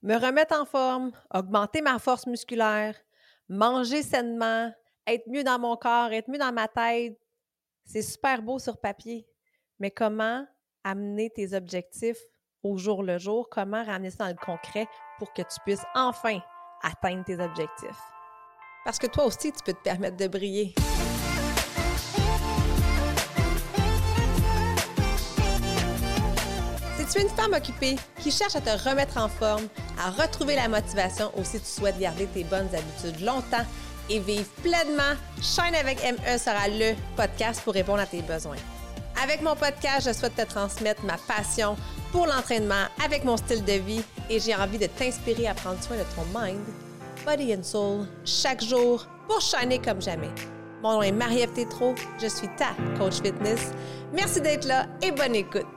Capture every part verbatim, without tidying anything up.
me remettre en forme, augmenter ma force musculaire, manger sainement, être mieux dans mon corps, être mieux dans ma tête. C'est super beau sur papier, mais comment amener tes objectifs au jour le jour? Comment ramener ça dans le concret pour que tu puisses enfin atteindre tes objectifs? Parce que toi aussi, tu peux te permettre de briller. Si tu es une femme occupée qui cherche à te remettre en forme, à retrouver la motivation ou si tu souhaites garder tes bonnes habitudes longtemps et vivre pleinement, Shine avec M E sera le podcast pour répondre à tes besoins. Avec mon podcast, je souhaite te transmettre ma passion pour l'entraînement avec mon style de vie et j'ai envie de t'inspirer à prendre soin de ton mind, body and soul chaque jour pour shiner comme jamais. Mon nom est Marie-Ève Tétrault, je suis ta coach fitness. Merci d'être là et bonne écoute!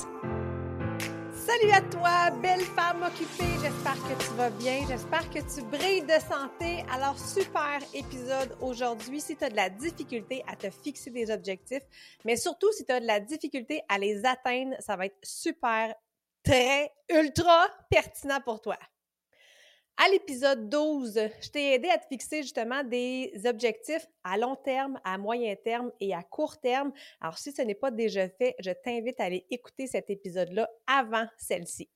Salut à toi, belle femme occupée, j'espère que tu vas bien, j'espère que tu brilles de santé. Alors, super épisode aujourd'hui si tu as de la difficulté à te fixer des objectifs, mais surtout si tu as de la difficulté à les atteindre, ça va être super, très, ultra pertinent pour toi. À l'épisode douze, je t'ai aidé à te fixer justement des objectifs à long terme, à moyen terme et à court terme. Alors, si ce n'est pas déjà fait, je t'invite à aller écouter cet épisode-là avant celle-ci.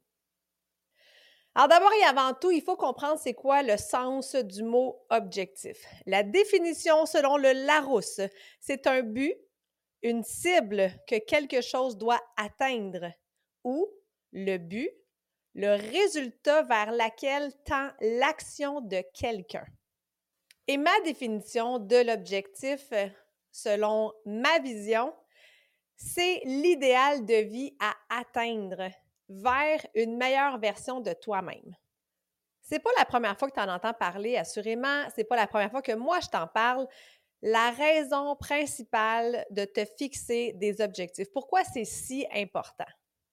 Alors d'abord et avant tout, il faut comprendre c'est quoi le sens du mot objectif. La définition selon le Larousse, c'est un but, une cible que quelque chose doit atteindre ou le but, le résultat vers laquelle tend l'action de quelqu'un. Et ma définition de l'objectif, selon ma vision, c'est l'idéal de vie à atteindre vers une meilleure version de toi-même. C'est pas la première fois que tu en entends parler, assurément, c'est pas la première fois que moi je t'en parle. La raison principale de te fixer des objectifs. Pourquoi c'est si important?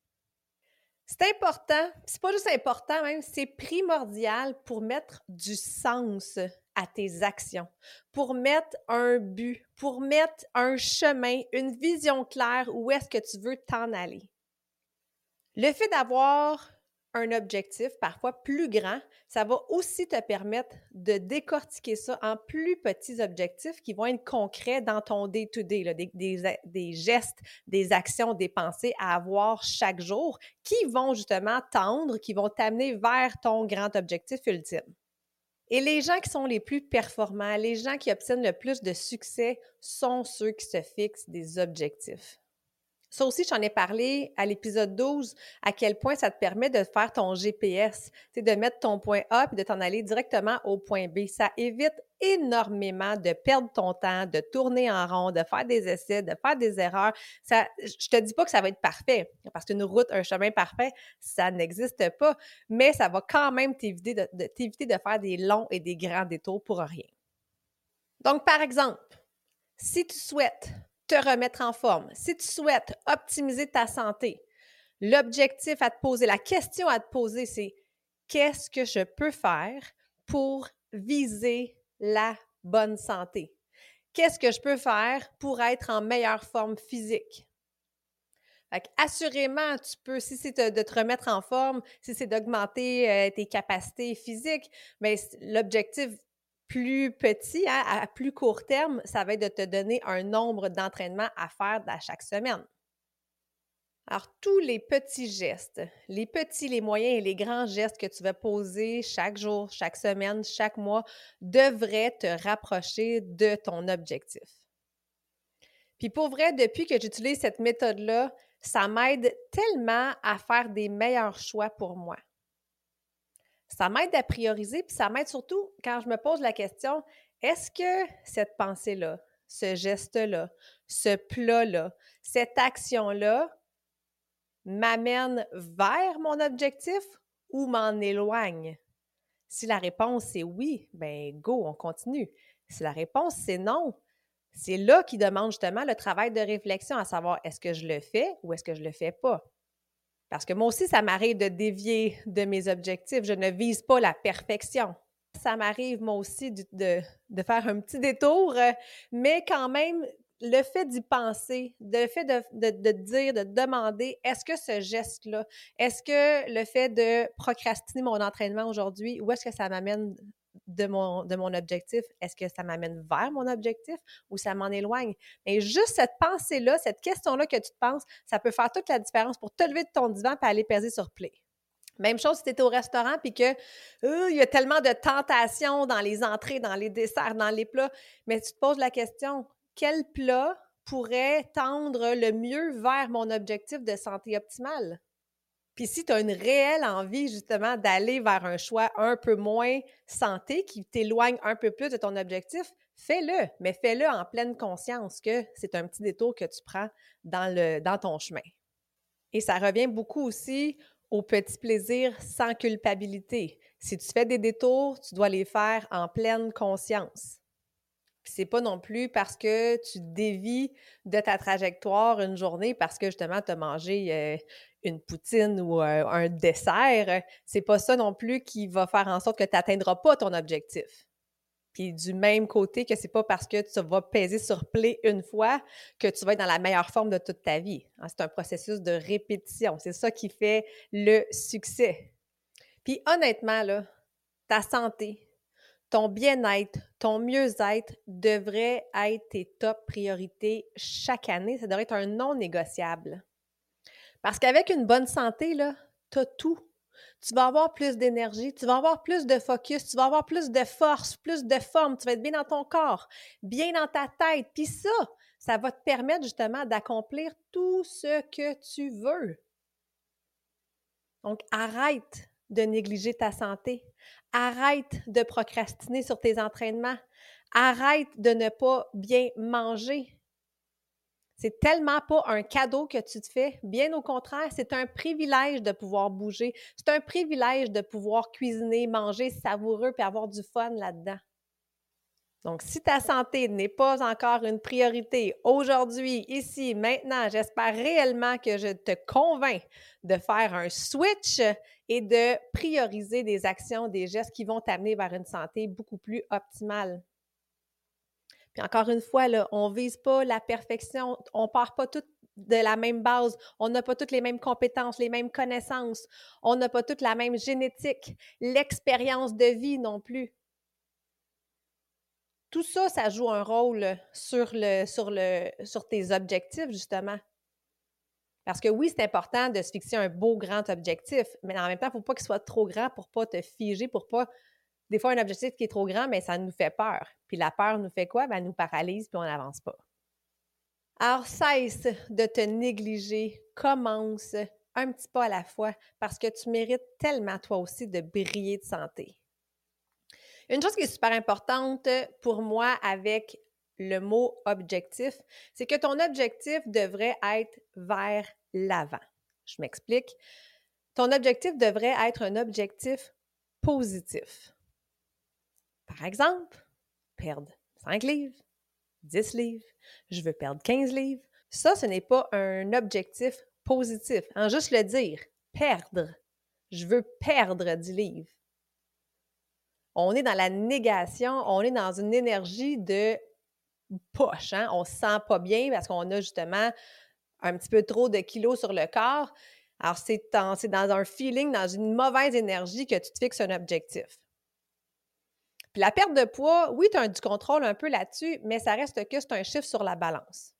C'est important, c'est pas juste important même, c'est primordial pour mettre du sens à tes actions, pour mettre un but, pour mettre un chemin, une vision claire où est-ce que tu veux t'en aller. Le fait d'avoir un objectif parfois plus grand, ça va aussi te permettre de décortiquer ça en plus petits objectifs qui vont être concrets dans ton day-to-day, là, des, des, des gestes, des actions, des pensées à avoir chaque jour qui vont justement tendre, qui vont t'amener vers ton grand objectif ultime. Et les gens qui sont les plus performants, les gens qui obtiennent le plus de succès sont ceux qui se fixent des objectifs. Ça aussi, j'en ai parlé à l'épisode douze, à quel point ça te permet de faire ton G P S, c'est de mettre ton point A et de t'en aller directement au point B. Ça évite énormément de perdre ton temps, de tourner en rond, de faire des essais, de faire des erreurs. Ça, je te dis pas que ça va être parfait, parce qu'une route, un chemin parfait, ça n'existe pas, mais ça va quand même t'éviter de, de, t'éviter de faire des longs et des grands détours pour rien. Donc, par exemple, si tu souhaites te remettre en forme, si tu souhaites optimiser ta santé, l'objectif à te poser, la question à te poser, c'est qu'est-ce que je peux faire pour viser la bonne santé? Qu'est-ce que je peux faire pour être en meilleure forme physique? Fait assurément, tu peux, si c'est de te remettre en forme, si c'est d'augmenter euh, tes capacités physiques, mais l'objectif plus petit, hein, à plus court terme, ça va être de te donner un nombre d'entraînements à faire à chaque semaine. Alors, tous les petits gestes, les petits, les moyens et les grands gestes que tu vas poser chaque jour, chaque semaine, chaque mois, devraient te rapprocher de ton objectif. Puis pour vrai, depuis que j'utilise cette méthode-là, ça m'aide tellement à faire des meilleurs choix pour moi. Ça m'aide à prioriser, puis ça m'aide surtout quand je me pose la question, est-ce que cette pensée-là, ce geste-là, ce plat-là, cette action-là m'amène vers mon objectif ou m'en éloigne? Si la réponse est oui, ben go, on continue. Si la réponse c'est non, c'est là qu'il demande justement le travail de réflexion, à savoir est-ce que je le fais ou est-ce que je le fais pas? Parce que moi aussi, ça m'arrive de dévier de mes objectifs. Je ne vise pas la perfection. Ça m'arrive moi aussi de, de, de faire un petit détour, mais quand même, le fait d'y penser, le fait de, de, de dire, de demander, est-ce que ce geste-là, est-ce que le fait de procrastiner mon entraînement aujourd'hui, où est-ce que ça m'amène de mon, de mon objectif? Est-ce que ça m'amène vers mon objectif ou ça m'en éloigne? Mais juste cette pensée-là, cette question-là que tu te penses, ça peut faire toute la différence pour te lever de ton divan et aller peser sur play. Même chose si tu es au restaurant puis que euh, il y a tellement de tentations dans les entrées, dans les desserts, dans les plats, mais tu te poses la question, quel plat pourrait tendre le mieux vers mon objectif de santé optimale? Puis si tu as une réelle envie justement d'aller vers un choix un peu moins santé, qui t'éloigne un peu plus de ton objectif, fais-le, mais fais-le en pleine conscience que c'est un petit détour que tu prends dans, le, dans ton chemin. Et ça revient beaucoup aussi aux petits plaisirs sans culpabilité. Si tu fais des détours, tu dois les faire en pleine conscience. Puis c'est pas non plus parce que tu dévies de ta trajectoire une journée parce que justement tu as mangé euh, une poutine ou euh, un dessert. C'est pas ça non plus qui va faire en sorte que tu n'atteindras pas ton objectif. Puis du même côté que c'est pas parce que tu vas peser sur play une fois que tu vas être dans la meilleure forme de toute ta vie. C'est un processus de répétition. C'est ça qui fait le succès. Puis honnêtement, là, ta santé, ton bien-être, ton mieux-être devrait être tes top priorités chaque année. Ça devrait être un non négociable. Parce qu'avec une bonne santé, là, tu as tout. Tu vas avoir plus d'énergie, tu vas avoir plus de focus, tu vas avoir plus de force, plus de forme, tu vas être bien dans ton corps, bien dans ta tête. Puis ça, ça va te permettre justement d'accomplir tout ce que tu veux. Donc, arrête de négliger ta santé. Arrête de procrastiner sur tes entraînements. Arrête de ne pas bien manger. C'est tellement pas un cadeau que tu te fais. Bien au contraire, c'est un privilège de pouvoir bouger. C'est un privilège de pouvoir cuisiner, manger savoureux et avoir du fun là-dedans. Donc, si ta santé n'est pas encore une priorité aujourd'hui, ici, maintenant, j'espère réellement que je te convainc de faire un switch et de prioriser des actions, des gestes qui vont t'amener vers une santé beaucoup plus optimale. Puis encore une fois, là, on ne vise pas la perfection, on ne part pas toutes de la même base, on n'a pas toutes les mêmes compétences, les mêmes connaissances, on n'a pas toute la même génétique, l'expérience de vie non plus. Tout ça, ça joue un rôle sur, le, sur, le, sur tes objectifs, justement. Parce que oui, c'est important de se fixer un beau grand objectif, mais en même temps, il ne faut pas qu'il soit trop grand pour ne pas te figer, pour pas... Des fois, un objectif qui est trop grand, mais ça nous fait peur. Puis la peur nous fait quoi? Ben, elle nous paralyse, puis on n'avance pas. Alors, cesse de te négliger, commence un petit pas à la fois, parce que tu mérites tellement, toi aussi, de briller de santé. Une chose qui est super importante pour moi avec le mot objectif, c'est que ton objectif devrait être vers l'avant. Je m'explique. Ton objectif devrait être un objectif positif. Par exemple, perdre cinq livres, dix livres, je veux perdre quinze livres. Ça, ce n'est pas un objectif positif. En juste le dire, perdre. Je veux perdre dix livres. On est dans la négation, on est dans une énergie de poche. Hein? On ne se sent pas bien parce qu'on a justement un petit peu trop de kilos sur le corps. Alors, c'est dans, c'est dans un feeling, dans une mauvaise énergie que tu te fixes un objectif. Puis la perte de poids, oui, tu as du contrôle un peu là-dessus, mais ça reste que c'est un chiffre sur la balance.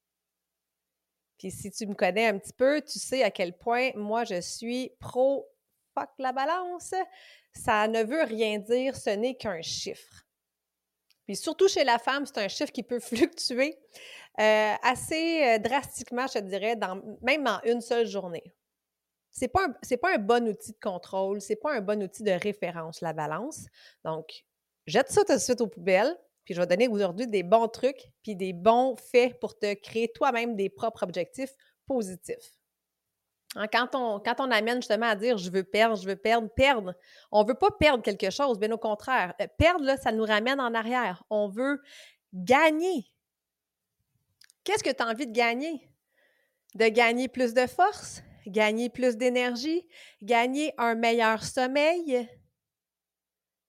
Puis si tu me connais un petit peu, tu sais à quel point moi, je suis pro fuck la balance. Ça ne veut rien dire, ce n'est qu'un chiffre. Puis surtout chez la femme, c'est un chiffre qui peut fluctuer euh, assez euh, drastiquement, je te dirais, dans, même en une seule journée. C'est pas un, c'est pas un bon outil de contrôle, c'est pas un bon outil de référence, la balance. Donc, jette ça tout de suite aux poubelles, puis je vais donner aujourd'hui des bons trucs puis des bons faits pour te créer toi-même des propres objectifs positifs. Hein, quand, on, quand on amène justement à dire « je veux perdre, je veux perdre », perdre, on ne veut pas perdre quelque chose, bien au contraire. Perdre, là, ça nous ramène en arrière. On veut gagner. Qu'est-ce que tu as envie de gagner? De gagner plus de force, gagner plus d'énergie, gagner un meilleur sommeil,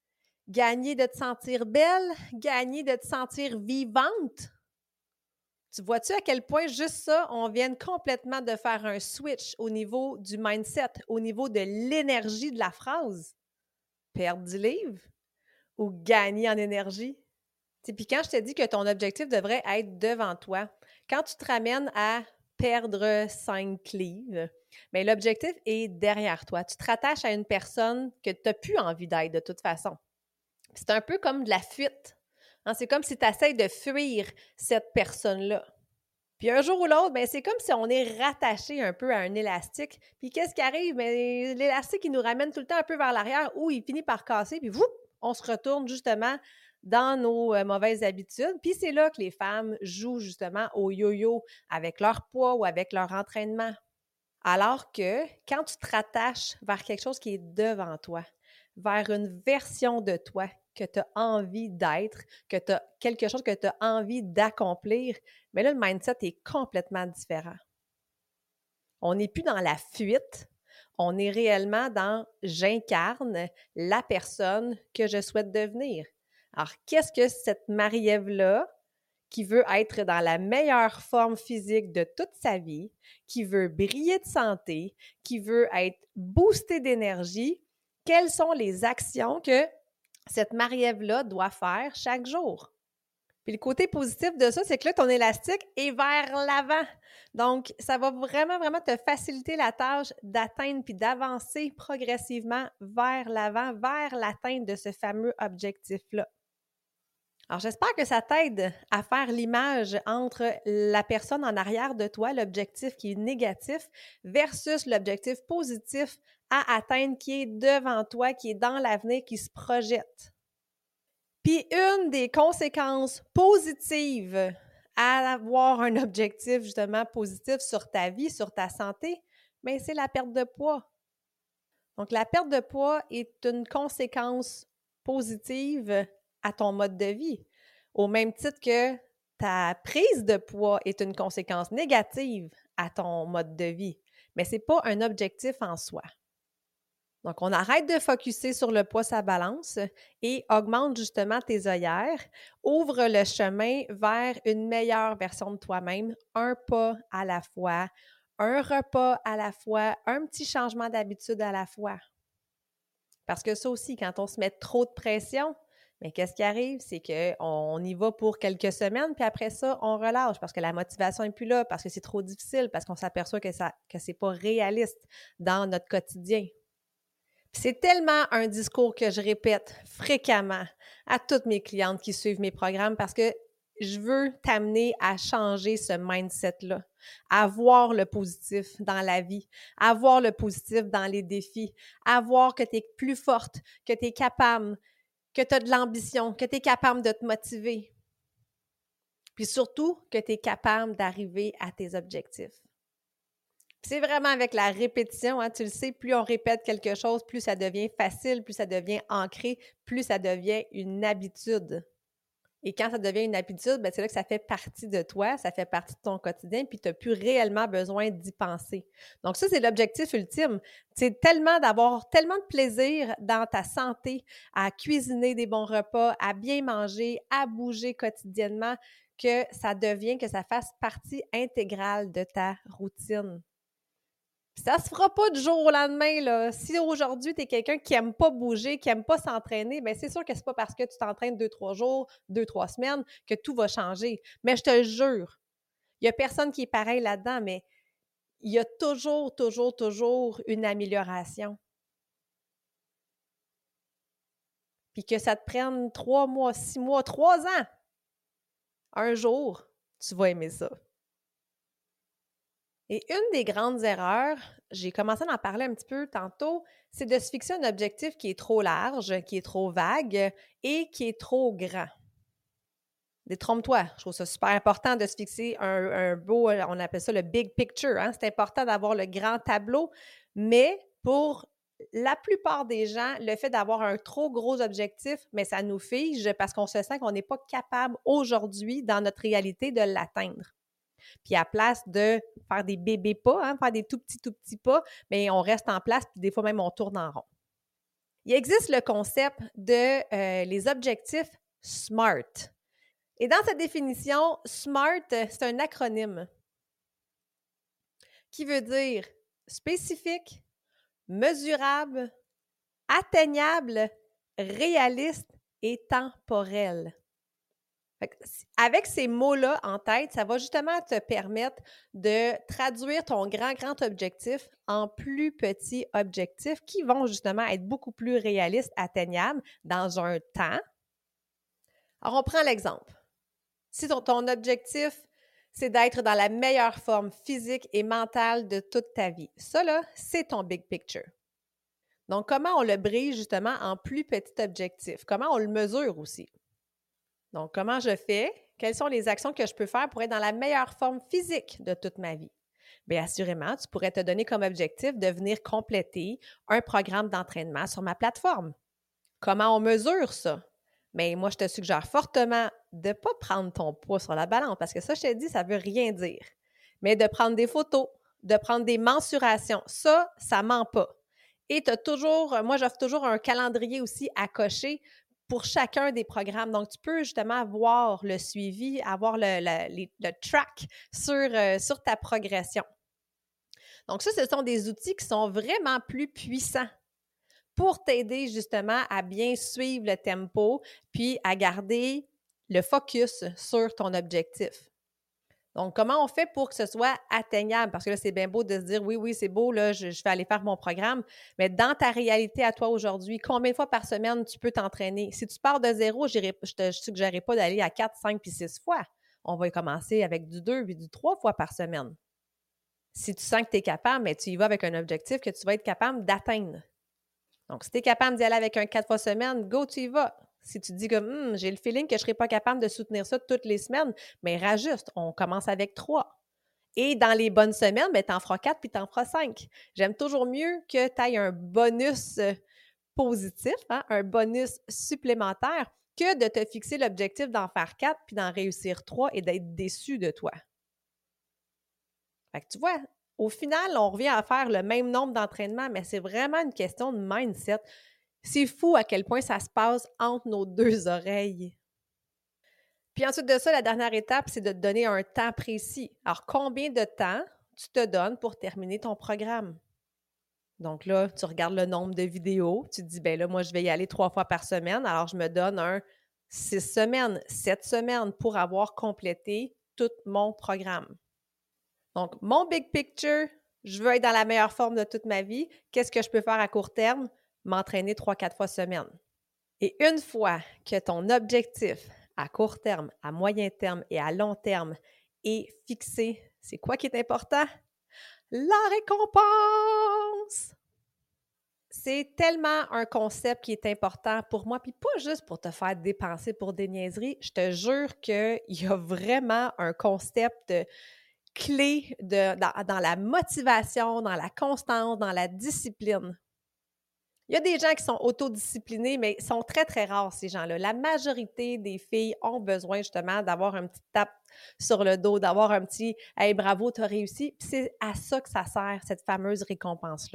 gagner de te sentir belle, gagner de te sentir vivante. Tu vois-tu à quel point juste ça, on vient complètement de faire un switch au niveau du mindset, au niveau de l'énergie de la phrase? Perdre du livre ou gagner en énergie? Puis quand je te dis que ton objectif devrait être devant toi, quand tu te ramènes à perdre cinq livres, bien, l'objectif est derrière toi. Tu te rattaches à une personne que tu n'as plus envie d'être de toute façon. C'est un peu comme de la fuite. Hein? C'est comme si tu essaies de fuir cette personne-là. Puis un jour ou l'autre, bien, c'est comme si on est rattaché un peu à un élastique. Puis qu'est-ce qui arrive? Bien, l'élastique, il nous ramène tout le temps un peu vers l'arrière où il finit par casser, puis vous, on se retourne justement dans nos euh, mauvaises habitudes. Puis c'est là que les femmes jouent justement au yo-yo avec leur poids ou avec leur entraînement. Alors que quand tu te rattaches vers quelque chose qui est devant toi, vers une version de toi que tu as envie d'être, que tu as quelque chose que tu as envie d'accomplir, mais là, le mindset est complètement différent. On n'est plus dans la fuite, on est réellement dans « j'incarne la personne que je souhaite devenir ». Alors, qu'est-ce que cette Marie-Ève-là, qui veut être dans la meilleure forme physique de toute sa vie, qui veut briller de santé, qui veut être boostée d'énergie, quelles sont les actions que cette Marie-Ève-là doit faire chaque jour? Puis le côté positif de ça, c'est que là, ton élastique est vers l'avant. Donc, ça va vraiment, vraiment te faciliter la tâche d'atteindre puis d'avancer progressivement vers l'avant, vers l'atteinte de ce fameux objectif-là. Alors, j'espère que ça t'aide à faire l'image entre la personne en arrière de toi, l'objectif qui est négatif, versus l'objectif positif à atteindre qui est devant toi, qui est dans l'avenir, qui se projette. Puis, une des conséquences positives à avoir un objectif justement positif sur ta vie, sur ta santé, bien, c'est la perte de poids. Donc, la perte de poids est une conséquence positive à ton mode de vie, au même titre que ta prise de poids est une conséquence négative à ton mode de vie, mais ce n'est pas un objectif en soi. Donc, on arrête de focusser sur le poids, sa balance et augmente justement tes œillères, ouvre le chemin vers une meilleure version de toi-même, un pas à la fois, un repas à la fois, un petit changement d'habitude à la fois. Parce que ça aussi, quand on se met trop de pression, mais qu'est-ce qui arrive? C'est qu'on y va pour quelques semaines, puis après ça, on relâche parce que la motivation n'est plus là, parce que c'est trop difficile, parce qu'on s'aperçoit que ça, que c'est pas réaliste dans notre quotidien. Puis c'est tellement un discours que je répète fréquemment à toutes mes clientes qui suivent mes programmes parce que je veux t'amener à changer ce mindset-là, à voir le positif dans la vie, à voir le positif dans les défis, à voir que tu es plus forte, que tu es capable, que tu as de l'ambition, que tu es capable de te motiver. Puis surtout, que tu es capable d'arriver à tes objectifs. Puis c'est vraiment avec la répétition, hein, tu le sais, plus on répète quelque chose, plus ça devient facile, plus ça devient ancré, plus ça devient une habitude. Et quand ça devient une habitude, bien, c'est là que ça fait partie de toi, ça fait partie de ton quotidien, puis tu n'as plus réellement besoin d'y penser. Donc ça, c'est l'objectif ultime. C'est tellement d'avoir tellement de plaisir dans ta santé, à cuisiner des bons repas, à bien manger, à bouger quotidiennement, que ça devient, que ça fasse partie intégrale de ta routine. Puis ça se fera pas du jour au lendemain, là. Si aujourd'hui, tu es quelqu'un qui aime pas bouger, qui aime pas s'entraîner, bien c'est sûr que c'est pas parce que tu t'entraînes deux, trois jours, deux, trois semaines que tout va changer. Mais je te le jure, il y a personne qui est pareil là-dedans, mais il y a toujours, toujours, toujours une amélioration. Puis que ça te prenne trois mois, six mois, trois ans, un jour, tu vas aimer ça. Et une des grandes erreurs, j'ai commencé à en parler un petit peu tantôt, c'est de se fixer un objectif qui est trop large, qui est trop vague et qui est trop grand. Détrompe-toi, je trouve ça super important de se fixer un, un beau, on appelle ça le big picture, hein? C'est important d'avoir le grand tableau, mais pour la plupart des gens, le fait d'avoir un trop gros objectif, mais ça nous fige parce qu'on se sent qu'on n'est pas capable aujourd'hui, dans notre réalité, de l'atteindre. Puis à place de faire des bébés pas, hein, faire des tout petits, tout petits pas, bien, on reste en place, puis des fois même, on tourne en rond. Il existe le concept de euh, les objectifs SMART. Et dans cette définition, SMART, c'est un acronyme qui veut dire spécifique, mesurable, atteignable, réaliste et temporel. Fait que, avec ces mots-là en tête, ça va justement te permettre de traduire ton grand, grand objectif en plus petits objectifs qui vont justement être beaucoup plus réalistes, atteignables dans un temps. Alors, on prend l'exemple. Si ton, ton objectif, c'est d'être dans la meilleure forme physique et mentale de toute ta vie, ça, là, c'est ton big picture. Donc, comment on le brise justement en plus petits objectifs? Comment on le mesure aussi? Donc, comment je fais? Quelles sont les actions que je peux faire pour être dans la meilleure forme physique de toute ma vie? Bien, assurément, tu pourrais te donner comme objectif de venir compléter un programme d'entraînement sur ma plateforme. Comment on mesure ça? Bien, moi, je te suggère fortement de ne pas prendre ton poids sur la balance parce que ça, je te dis, ça ne veut rien dire. Mais de prendre des photos, de prendre des mensurations, ça, ça ne ment pas. Et tu as toujours, moi, j'offre toujours un calendrier aussi à cocher pour chacun des programmes. Donc, tu peux justement voir le suivi, avoir le, le, le, le track sur, euh, sur ta progression. Donc, ça, ce sont des outils qui sont vraiment plus puissants pour t'aider justement à bien suivre le tempo puis à garder le focus sur ton objectif. Donc, comment on fait pour que ce soit atteignable? Parce que là, c'est bien beau de se dire, oui, oui, c'est beau, là, je, je vais aller faire mon programme. Mais dans ta réalité à toi aujourd'hui, combien de fois par semaine tu peux t'entraîner? Si tu pars de zéro, je ne te suggérerais pas d'aller à quatre, cinq puis six fois. On va y commencer avec du deux puis du trois fois par semaine. Si tu sens que tu es capable, mais tu y vas avec un objectif que tu vas être capable d'atteindre. Donc, si tu es capable d'y aller avec un quatre fois semaine, go, tu y vas. Si tu te dis comme hm, j'ai le feeling que je ne serai pas capable de soutenir ça toutes les semaines, mais rajuste, on commence avec trois. Et dans les bonnes semaines, tu en feras quatre puis tu en feras cinq. J'aime toujours mieux que tu ailles un bonus positif, hein, un bonus supplémentaire, que de te fixer l'objectif d'en faire quatre puis d'en réussir trois et d'être déçu de toi. Fait que tu vois, au final, on revient à faire le même nombre d'entraînements, mais c'est vraiment une question de mindset. C'est fou à quel point ça se passe entre nos deux oreilles. Puis ensuite de ça, la dernière étape, c'est de te donner un temps précis. Alors, combien de temps tu te donnes pour terminer ton programme? Donc là, tu regardes le nombre de vidéos, tu te dis, bien là, moi, je vais y aller trois fois par semaine, alors je me donne un six semaines, sept semaines pour avoir complété tout mon programme. Donc, mon big picture, je veux être dans la meilleure forme de toute ma vie. Qu'est-ce que je peux faire à court terme? M'entraîner trois, quatre fois semaine. Et une fois que ton objectif à court terme, à moyen terme et à long terme est fixé, c'est quoi qui est important? La récompense! C'est tellement un concept qui est important pour moi, puis pas juste pour te faire dépenser pour des niaiseries. Je te jure qu'il y a vraiment un concept clé de, dans, dans la motivation, dans la constance, dans la discipline. Il y a des gens qui sont autodisciplinés, mais ils sont très, très rares, ces gens-là. La majorité des filles ont besoin justement d'avoir un petit tape sur le dos, d'avoir un petit « Hey, bravo, tu as réussi ». Puis c'est à ça que ça sert, cette fameuse récompense-là.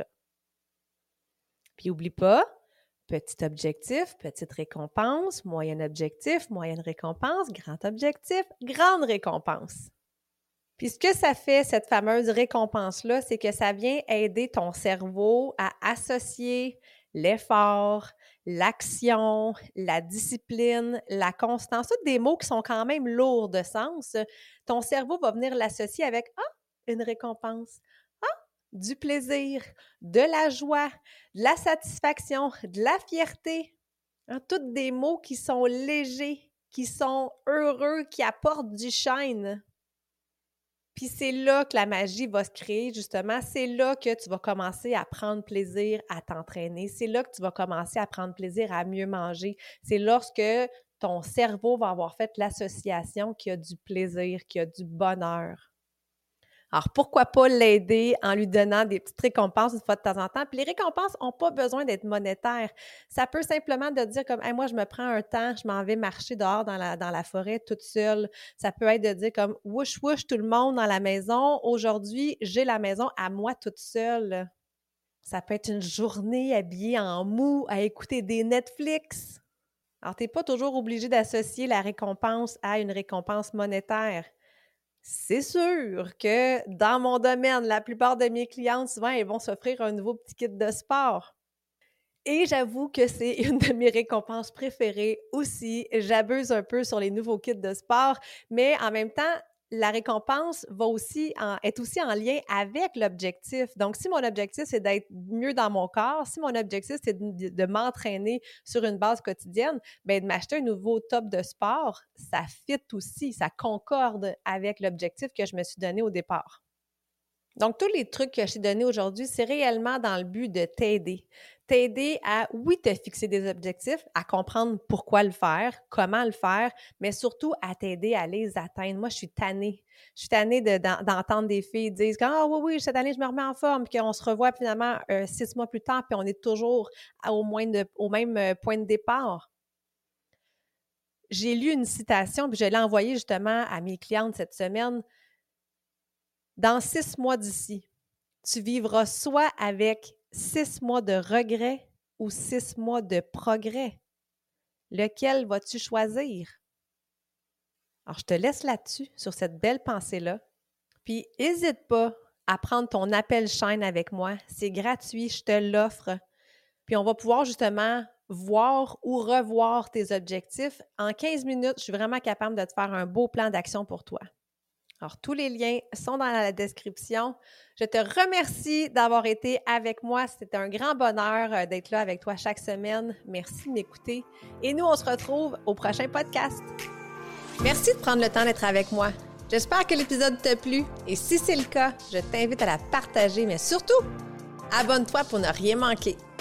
Puis n'oublie pas, petit objectif, petite récompense, moyen objectif, moyenne récompense, grand objectif, grande récompense. Puis ce que ça fait, cette fameuse récompense-là, c'est que ça vient aider ton cerveau à associer l'effort, l'action, la discipline, la constance, tous des mots qui sont quand même lourds de sens. Ton cerveau va venir l'associer avec « Ah, une récompense ». Du plaisir, de la joie, de la satisfaction, de la fierté. Hein, tous des mots qui sont légers, qui sont heureux, qui apportent du shine. Puis c'est là que la magie va se créer, justement. C'est là que tu vas commencer à prendre plaisir à t'entraîner. C'est là que tu vas commencer à prendre plaisir à mieux manger. C'est lorsque ton cerveau va avoir fait l'association qu'il y a du plaisir, qu'il y a du bonheur. Alors, pourquoi pas l'aider en lui donnant des petites récompenses une fois de temps en temps? Puis les récompenses n'ont pas besoin d'être monétaires. Ça peut simplement de dire comme hey, « moi, je me prends un temps, je m'en vais marcher dehors dans la, dans la forêt toute seule. » Ça peut être de dire comme « wouch, wouch, tout le monde dans la maison. Aujourd'hui, j'ai la maison à moi toute seule. » Ça peut être une journée habillée en mou à écouter des Netflix. Alors, tu n'es pas toujours obligé d'associer la récompense à une récompense monétaire. C'est sûr que dans mon domaine, la plupart de mes clientes, souvent, elles vont s'offrir un nouveau petit kit de sport. Et j'avoue que c'est une de mes récompenses préférées aussi. J'abuse un peu sur les nouveaux kits de sport, mais en même temps, la récompense va aussi en, est aussi en lien avec l'objectif. Donc, si mon objectif, c'est d'être mieux dans mon corps, si mon objectif, c'est de, de m'entraîner sur une base quotidienne, bien, de m'acheter un nouveau top de sport, ça fit aussi, ça concorde avec l'objectif que je me suis donné au départ. Donc, tous les trucs que je t'ai donnés aujourd'hui, c'est réellement dans le but de t'aider. T'aider à, oui, te fixer des objectifs, à comprendre pourquoi le faire, comment le faire, mais surtout à t'aider à les atteindre. Moi, je suis tannée. Je suis tannée de, d'entendre des filles dire « Ah oui, oui, cette année, je me remets en forme », puis qu'on se revoit finalement euh, six mois plus tard, puis on est toujours au, moins de, au même point de départ. J'ai lu une citation, puis je l'ai envoyée justement à mes clientes cette semaine. Dans six mois d'ici, tu vivras soit avec six mois de regret ou six mois de progrès. Lequel vas-tu choisir? Alors, je te laisse là-dessus, sur cette belle pensée-là. Puis, n'hésite pas à prendre ton appel Shine avec moi. C'est gratuit, je te l'offre. Puis, on va pouvoir justement voir ou revoir tes objectifs. En quinze minutes, je suis vraiment capable de te faire un beau plan d'action pour toi. Alors, tous les liens sont dans la description. Je te remercie d'avoir été avec moi. C'était un grand bonheur d'être là avec toi chaque semaine. Merci de m'écouter. Et nous, on se retrouve au prochain podcast. Merci de prendre le temps d'être avec moi. J'espère que l'épisode t'a plu. Et si c'est le cas, je t'invite à la partager, mais surtout, abonne-toi pour ne rien manquer.